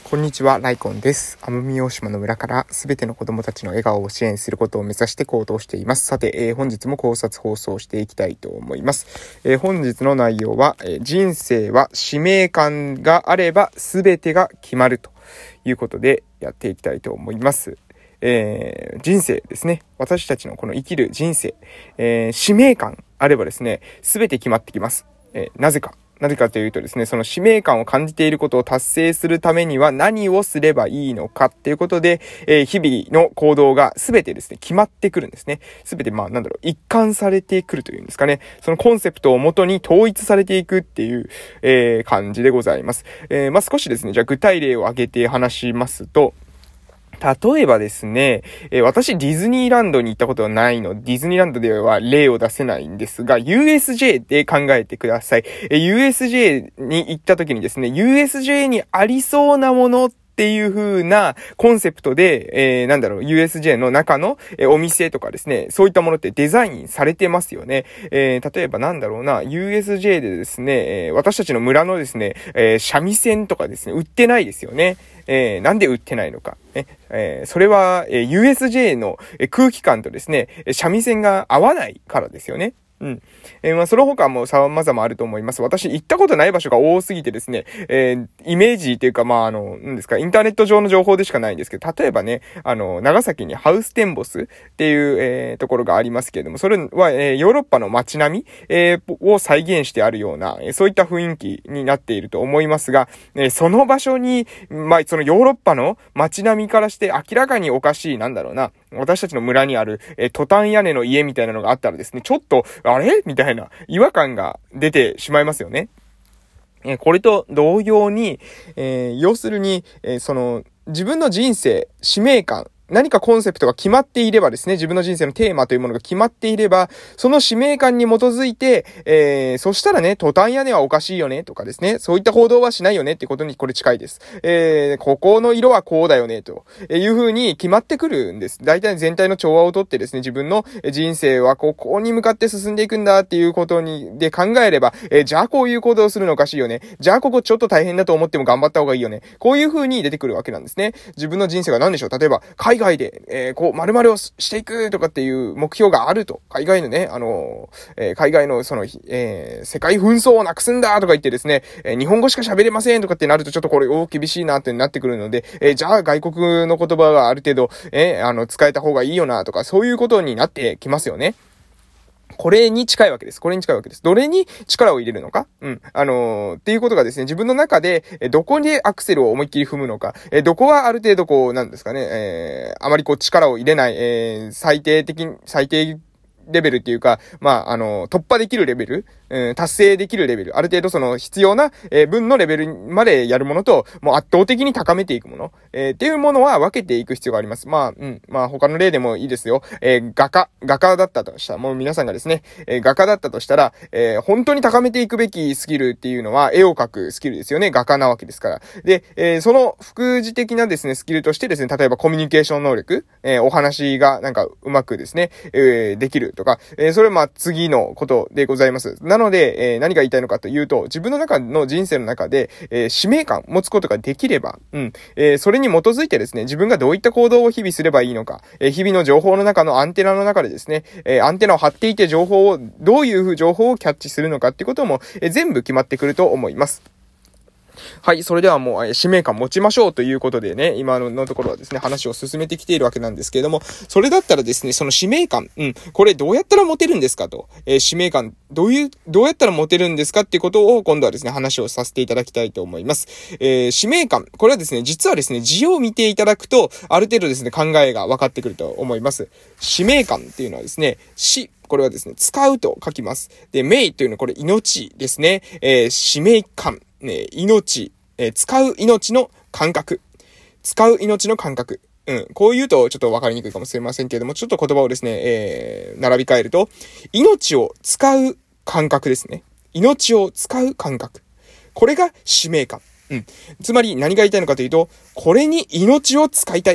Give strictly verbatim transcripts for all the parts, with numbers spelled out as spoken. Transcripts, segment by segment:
こんにちは、ライコンです。奄美大島の村からすべての子供たちの笑顔を支援することを目指して行動しています。さて、えー、本日も考察放送していきたいと思います。えー、本日の内容は、えー、人生は使命感があればすべてが決まるということでやっていきたいと思います。えー、人生ですね。私たちのこの生きる人生、えー、使命感あればですね、すべて決まってきます。えー、なぜか。なぜかというとですね、その使命感を感じていることを達成するためには何をすればいいのかっていうことで、えー、日々の行動が全てですね、決まってくるんですね。全て、まあ、なんだろう、一貫されてくるというんですかね。そのコンセプトをもとに統一されていくっていう、えー、感じでございます。えー、まあ、少しですね、じゃあ具体例を挙げて話しますと、例えばですね、えー、私ディズニーランドに行ったことはないので、ディズニーランドでは例を出せないんですが、ユーエスジェー で考えてください。えー、ユーエスジェー に行った時にですね、ユーエスジェー にありそうなものっていう風なコンセプトで、えー、なんだろう、ユーエスジェー の中の、えー、お店とかですね、そういったものってデザインされてますよね。えー、例えばなんだろうな、ユーエスジェー でですね、えー、私たちの村のですね、えー、三味線とかですね、売ってないですよね。えー、なんで売ってないのか。ねえー、それは、えー、ユーエスジェー の空気感とですね、三味線が合わないからですよね。うん。えー、まあ、その他も様々あると思います。私、行ったことない場所が多すぎてですね、えー、イメージっていうか、まあ、あの、何ですか、インターネット上の情報でしかないんですけど、例えばね、あの、長崎にハウステンボスっていう、えー、ところがありますけれども、それは、えー、ヨーロッパの街並み、えー、を再現してあるような、えー、そういった雰囲気になっていると思いますが、えー、その場所に、まあ、そのヨーロッパの街並みからして明らかにおかしい、なんだろうな、私たちの村にある、えー、トタン屋根の家みたいなのがあったらですね、ちょっと、あれみたいな違和感が出てしまいますよね。えー、これと同様に、えー、要するに、えー、その、自分の人生、使命感、何かコンセプトが決まっていればですね、自分の人生のテーマというものが決まっていれば、その使命感に基づいて、えー、そしたらね、トタン屋根はおかしいよね、とかですね、そういった行動はしないよねってことにこれ近いです。えー、ここの色はこうだよね、という風に決まってくるんです。大体全体の調和をとってですね、自分の人生はここに向かって進んでいくんだっていうことに、で考えれば、えー、じゃあこういう行動をするのおかしいよね。じゃあここちょっと大変だと思っても頑張った方がいいよね。こういう風に出てくるわけなんですね。自分の人生が何でしょう。例えば、海外で、えー、こう、〇〇をしていくとかっていう目標があると。海外のね、あのー、えー、海外のその、えー、世界紛争をなくすんだとか言ってですね、えー、日本語しか喋れませんとかってなるとちょっとこれ、お厳しいなってなってくるので、えー、じゃあ外国の言葉がある程度、えー、あの、使えた方がいいよなとか、そういうことになってきますよね。これに近いわけです。これに近いわけです。どれに力を入れるのかうん。あのー、っていうことがですね、自分の中で、え、どこにアクセルを思いっきり踏むのか、え、どこはある程度こう、なんですかね、えー、あまりこう力を入れない、えー、最低的、最低レベルっていうか、まあ、あの、突破できるレベル、うん、達成できるレベル、ある程度その必要な、えー、分のレベルまでやるものと、もう圧倒的に高めていくもの、えー、っていうものは分けていく必要があります。まあ、うん、まあ他の例でもいいですよ。えー、画家、画家だったとしたら、もう皆さんがですね、えー、画家だったとしたら、えー、本当に高めていくべきスキルっていうのは、絵を描くスキルですよね。画家なわけですから。で、えー、その副次的なですね、スキルとしてですね、例えばコミュニケーション能力、えー、お話がなんかうまくですね、えー、できるとか、えー、それはまあ次のことでございます。なので、えー、何が言いたいのかというと、自分の中の人生の中で、えー、使命感持つことができれば、うん、えー、それに基づいてですね、自分がどういった行動を日々すればいいのか、えー、日々の情報の中のアンテナの中でですね、えー、アンテナを張っていて情報を、どういう情報をキャッチするのかっていうことも、えー、全部決まってくると思います。はい、それではもう、えー、使命感持ちましょうということでね、今ののところはですね、話を進めてきているわけなんですけれども、それだったらですね、その使命感、うん、これどうやったら持てるんですかと、えー、使命感、どういう、どうやったら持てるんですかっていうことを今度はですね、話をさせていただきたいと思います。えー、使命感、これはですね、実はですね、字を見ていただくと、ある程度ですね、考えが分かってくると思います。使命感っていうのはですね、し、これはですね、使うと書きます。で、命というのはこれ命ですね。えー、使命感、ね、命、えー、使う命の感覚。使う命の感覚。うん。こう言うとちょっと分かりにくいかもしれませんけれども、ちょっと言葉をですね、えー、並び替えると、命を使う感覚ですね。命を使う感覚。これが使命感。うん。つまり何が言いたいのかというと、これに命を使いたい。こ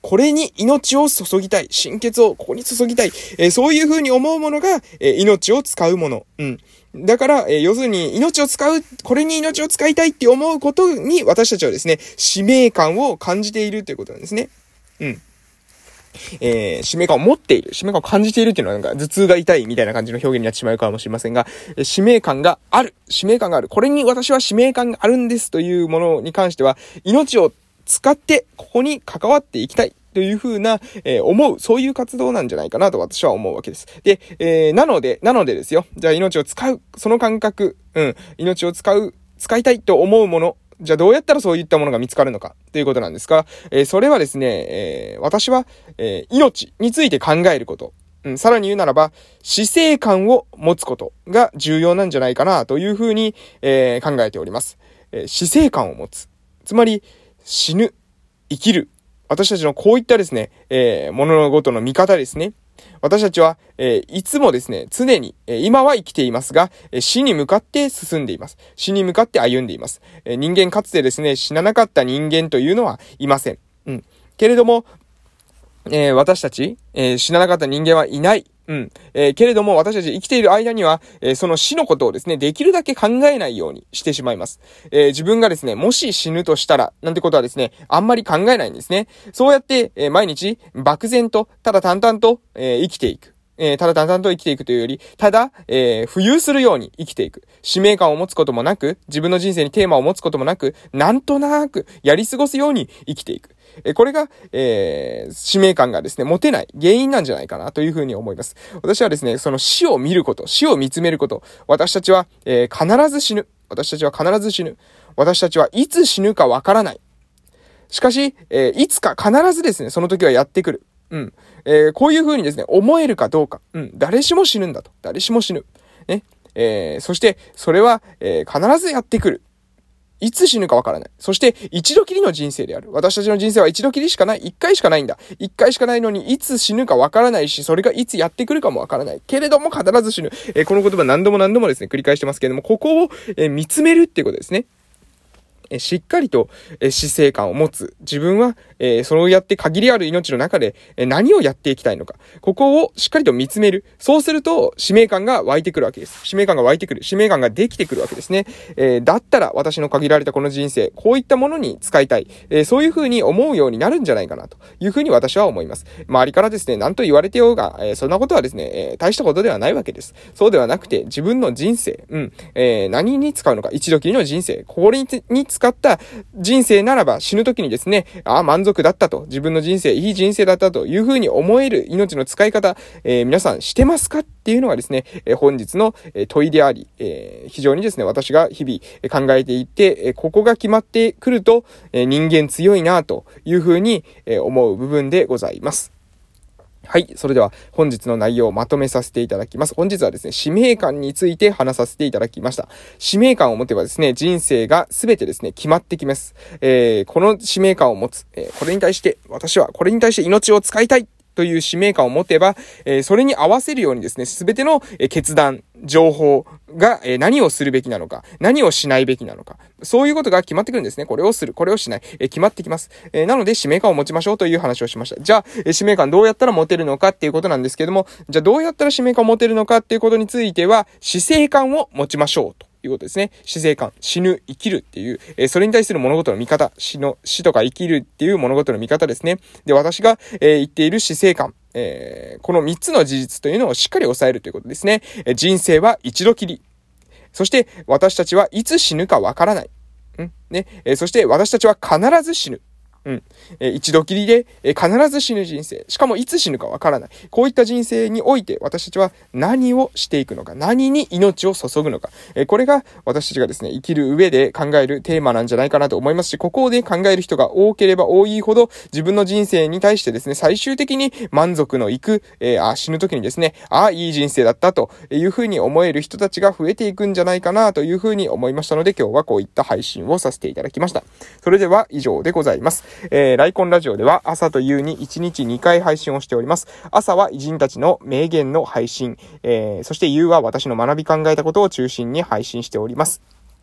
これに命を注ぎたい。心血をここに注ぎたい。えー、そういう風に思うものが、えー、命を使うもの。うん。だから、えー、要するに命を使う、これに命を使いたいって思うことに私たちはですね、使命感を感じているということなんですね。うん。えー、使命感を持っている。使命感を感じているっていうのはなんか頭痛が痛いみたいな感じの表現になってしまうかもしれませんが、えー、使命感がある。使命感がある。これに私は使命感があるんですというものに関しては、命を使ってここに関わっていきたい。というふうな、えー、思う、そういう活動なんじゃないかなと私は思うわけです。で、えー、なので、なのでですよ。じゃあ命を使う、その感覚、うん、命を使う、使いたいと思うもの、じゃあどうやったらそういったものが見つかるのかということなんですが、えー、それはですね、えー、私は、えー、命について考えること、うん、さらに言うならば、死生観を持つことが重要なんじゃないかなというふうに、えー、考えております。えー、死生観を持つ。つまり、死ぬ、生きる。私たちのこういったですね、えー、物事の見方ですね。私たちは、えー、いつもですね、常に、えー、今は生きていますが、えー、死に向かって進んでいます。死に向かって歩んでいます。えー、人間かつてですね、死ななかった人間というのはいません。うん。けれども、えー、私たち、えー、死ななかった人間はいない。うん。えー、けれども私たち生きている間には、えー、その死のことをですね、できるだけ考えないようにしてしまいます。えー、自分がですね、もし死ぬとしたら、なんてことはですね、あんまり考えないんですね。そうやって、えー、毎日、漠然と、ただ淡々と、えー、生きていく。えー、ただ淡々と生きていくというより、ただ、えー、浮遊するように生きていく。使命感を持つこともなく、自分の人生にテーマを持つこともなく、なんとなくやり過ごすように生きていく。えー、これが、えー、使命感がですね、持てない原因なんじゃないかなというふうに思います。私はですね、その死を見ること、死を見つめること、私たちは、えー、必ず死ぬ。私たちは必ず死ぬ。私たちはいつ死ぬかわからない。しかし、えー、いつか必ずですね、その時はやってくる。うん。えー、こういう風にですね、思えるかどうか。うん。誰しも死ぬんだと。誰しも死ぬ。ね。えー、そして、それは、えー、必ずやってくる。いつ死ぬかわからない。そして、一度きりの人生である。私たちの人生は一度きりしかない。一回しかないんだ。一回しかないのに、いつ死ぬかわからないし、それがいつやってくるかもわからない。けれども、必ず死ぬ。えー、この言葉何度も何度もですね、繰り返してますけれども、ここを、えー、見つめるっていうことですね。しっかりと死生観を持つ自分は、えー、そうやって限りある命の中で何をやっていきたいのか。ここをしっかりと見つめる。そうすると使命感が湧いてくるわけです。使命感が湧いてくる。使命感ができてくるわけですね。えー、だったら私の限られたこの人生、こういったものに使いたい。えー、そういうふうに思うようになるんじゃないかなというふうに私は思います。周りからですね、何と言われてようが、えー、そんなことはですね、えー、大したことではないわけです。そうではなくて自分の人生、うん、えー、何に使うのか。一度きりの人生、これに使った人生ならば死ぬ時にですね、ああ、満足だったと、自分の人生、いい人生だったというふうに思える命の使い方、えー、皆さんしてますかっていうのがですね、えー、本日の問いであり、えー、非常にですね、私が日々考えていて、えー、ここが決まってくると、えー、人間強いなというふうに思う部分でございます。はい。それでは本日の内容をまとめさせていただきます。本日はですね、使命感について話させていただきました。使命感を持てばですね、人生がすべてですね、決まってきます。えー、この使命感を持つ、えー、これに対して、私はこれに対して命を使いたいという使命感を持てば、えー、それに合わせるようにですね、すべての、えー、決断、情報が、えー、何をするべきなのか、何をしないべきなのか、そういうことが決まってくるんですね。これをする、これをしない、えー、決まってきます。えー、なので使命感を持ちましょうという話をしました。じゃあ、えー、使命感どうやったら持てるのかっていうことなんですけども、じゃあどうやったら使命感を持てるのかっていうことについては、死生観を持ちましょうということですね。死生観、死ぬ、生きるっていう、えー、それに対する物事の見方、死の、死とか生きるっていう物事の見方ですね。で、私が、えー、言っている死生観、えー、このみっつの事実というのをしっかり抑えるということですね。えー、人生は一度きり。そして私たちはいつ死ぬかわからない。うんねえー、そして私たちは必ず死ぬ。うん。えー、一度きりで、えー、必ず死ぬ人生。しかもいつ死ぬかわからない。こういった人生において私たちは何をしていくのか、何に命を注ぐのか。えー、これが私たちがですね、生きる上で考えるテーマなんじゃないかなと思いますし、ここで考える人が多ければ多いほど自分の人生に対してですね、最終的に満足のいく、えー、あ死ぬ時にですね、ああ、いい人生だったというふうに思える人たちが増えていくんじゃないかなというふうに思いましたので、今日はこういった配信をさせていただきました。それでは以上でございます。えー、ライコンラジオでは朝と夕にいちにちにかい配信をしております。朝は偉人たちの名言の配信、えー、そして夕は私の学び考えたことを中心に配信しております。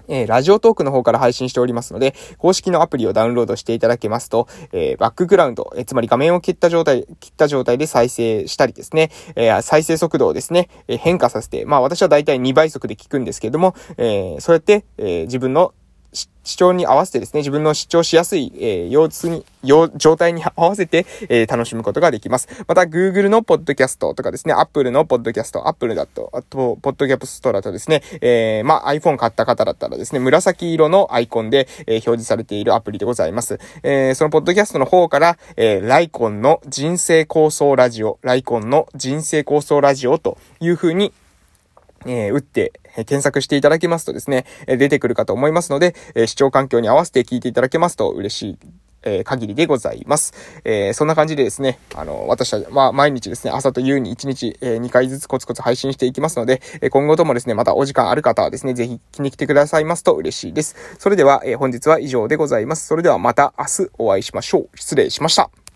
えー、ラジオトークの方から配信しておりますので、公式のアプリをダウンロードしていただけますと、えー、バックグラウンド、えー、つまり画面を切った状態、切った状態で再生したりですね、えー、再生速度をですね、えー、変化させて、まあ私はだいたいにばい速で聞くんですけれども、えー、そうやって、えー、自分の視聴に合わせてですね、自分の視聴しやすい、えー、様子に、状態に合わせて、えー、楽しむことができます。また、Google のポッドキャストとかですね、Apple のポッドキャスト、Apple だと、あと、ポッドキャストだとですね、えー、まあ、iPhone 買った方だったらですね、紫色のアイコンで、えー、表示されているアプリでございます。えー、そのポッドキャストの方から、えー、ライコンの人生構想ラジオ、ライコンの人生構想ラジオという風に、えー、打って、えー、検索していただけますとですね、えー、出てくるかと思いますので、えー、視聴環境に合わせて聞いていただけますと嬉しい、えー、限りでございます。えー、そんな感じでですね、あの、私は、まあ、毎日ですね、朝と夕にいちにち、えー、にかいずつコツコツ配信していきますので、えー、今後ともですね、またお時間ある方はですね、ぜひ気に来てくださいますと嬉しいです。それでは、えー、本日は以上でございます。それではまた明日お会いしましょう。失礼しました。